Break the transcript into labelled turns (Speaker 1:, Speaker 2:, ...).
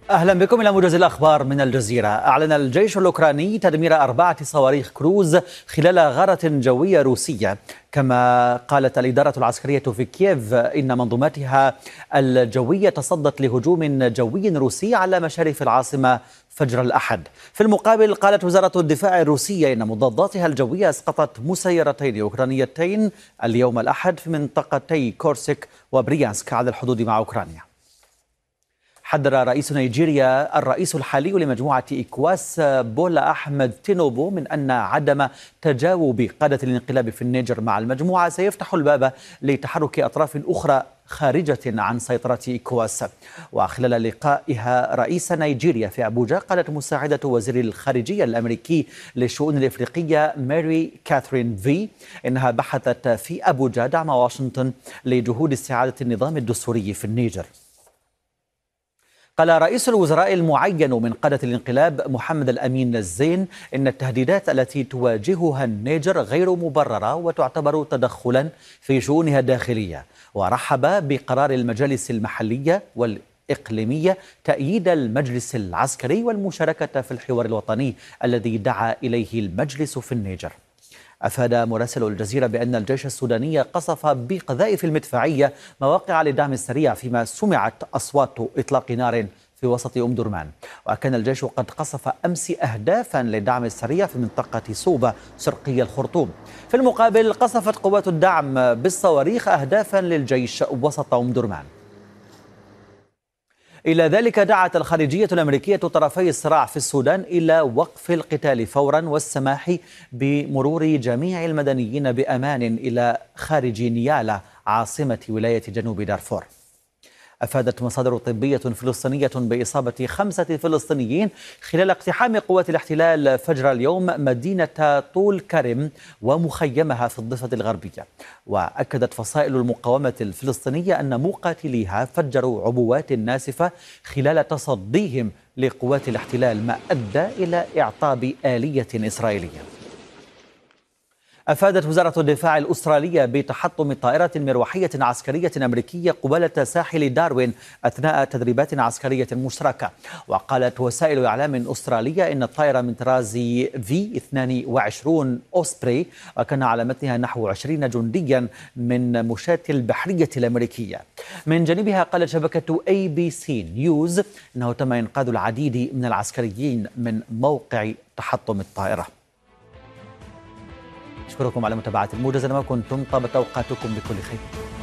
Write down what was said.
Speaker 1: أهلا بكم إلى موجز الأخبار من الجزيرة. أعلن الجيش الأوكراني تدمير 4 صواريخ كروز خلال غارة جوية روسية. كما قالت الإدارة العسكرية في كييف إن منظوماتها الجوية تصدت لهجوم جوي روسي على مشارف العاصمة فجر الأحد. في المقابل قالت وزارة الدفاع الروسية إن مضاداتها الجوية أسقطت مسيرتين أوكرانيتين اليوم الأحد في منطقتي كورسك وبريانسك على الحدود مع أوكرانيا. حذر رئيس نيجيريا الرئيس الحالي لمجموعة إيكواس بولا أحمد تينوبو من أن عدم تجاوب قادة الانقلاب في النيجر مع المجموعة سيفتح الباب لتحرك أطراف أخرى خارجة عن سيطرة إيكواس. وخلال لقائها رئيس نيجيريا في أبوجا قالت مساعدة وزير الخارجية الأمريكي للشؤون الإفريقية ماري كاثرين في إنها بحثت في أبوجا دعم واشنطن لجهود استعادة النظام الدستوري في النيجر. قال رئيس الوزراء المعين من قادة الانقلاب محمد الأمين الزين إن التهديدات التي تواجهها النيجر غير مبررة وتعتبر تدخلا في شؤونها الداخلية. ورحب بقرار المجالس المحلية والإقليمية تأييد المجلس العسكري والمشاركة في الحوار الوطني الذي دعا إليه المجلس في النيجر. أفاد مراسل الجزيرة بأن الجيش السوداني قصف بقذائف المدفعية مواقع للدعم السريع فيما سمعت أصوات إطلاق نار في وسط درمان. وكان الجيش قد قصف أمس أهدافا للدعم السريع في منطقة صوبة شرقي الخرطوم. في المقابل قصفت قوات الدعم بالصواريخ أهدافا للجيش وسط درمان. إلى ذلك دعت الخارجية الأمريكية طرفي الصراع في السودان إلى وقف القتال فورا والسماح بمرور جميع المدنيين بأمان إلى خارج نيالا عاصمة ولاية جنوب دارفور. أفادت مصادر طبية فلسطينية بإصابة 5 فلسطينيين خلال اقتحام قوات الاحتلال فجر اليوم مدينة طول كرم ومخيمها في الضفة الغربية. وأكدت فصائل المقاومة الفلسطينية أن مقاتليها فجروا عبوات ناسفة خلال تصديهم لقوات الاحتلال ما أدى إلى إعطاب آلية إسرائيلية. أفادت وزارة الدفاع الأسترالية بتحطم طائرة مروحية عسكرية أمريكية قبالة ساحل داروين أثناء تدريبات عسكرية مشتركة. وقالت وسائل إعلام أسترالية إن الطائرة من طراز V-22 أوسبري وكان على متنها نحو 20 جنديا من مشاة البحرية الأمريكية. من جانبها قالت شبكة ABC نيوز إنه تم إنقاذ العديد من العسكريين من موقع تحطم الطائرة. أشكركم على متابعة الموجز. لما كنتم طابت أوقاتكم بكل خير.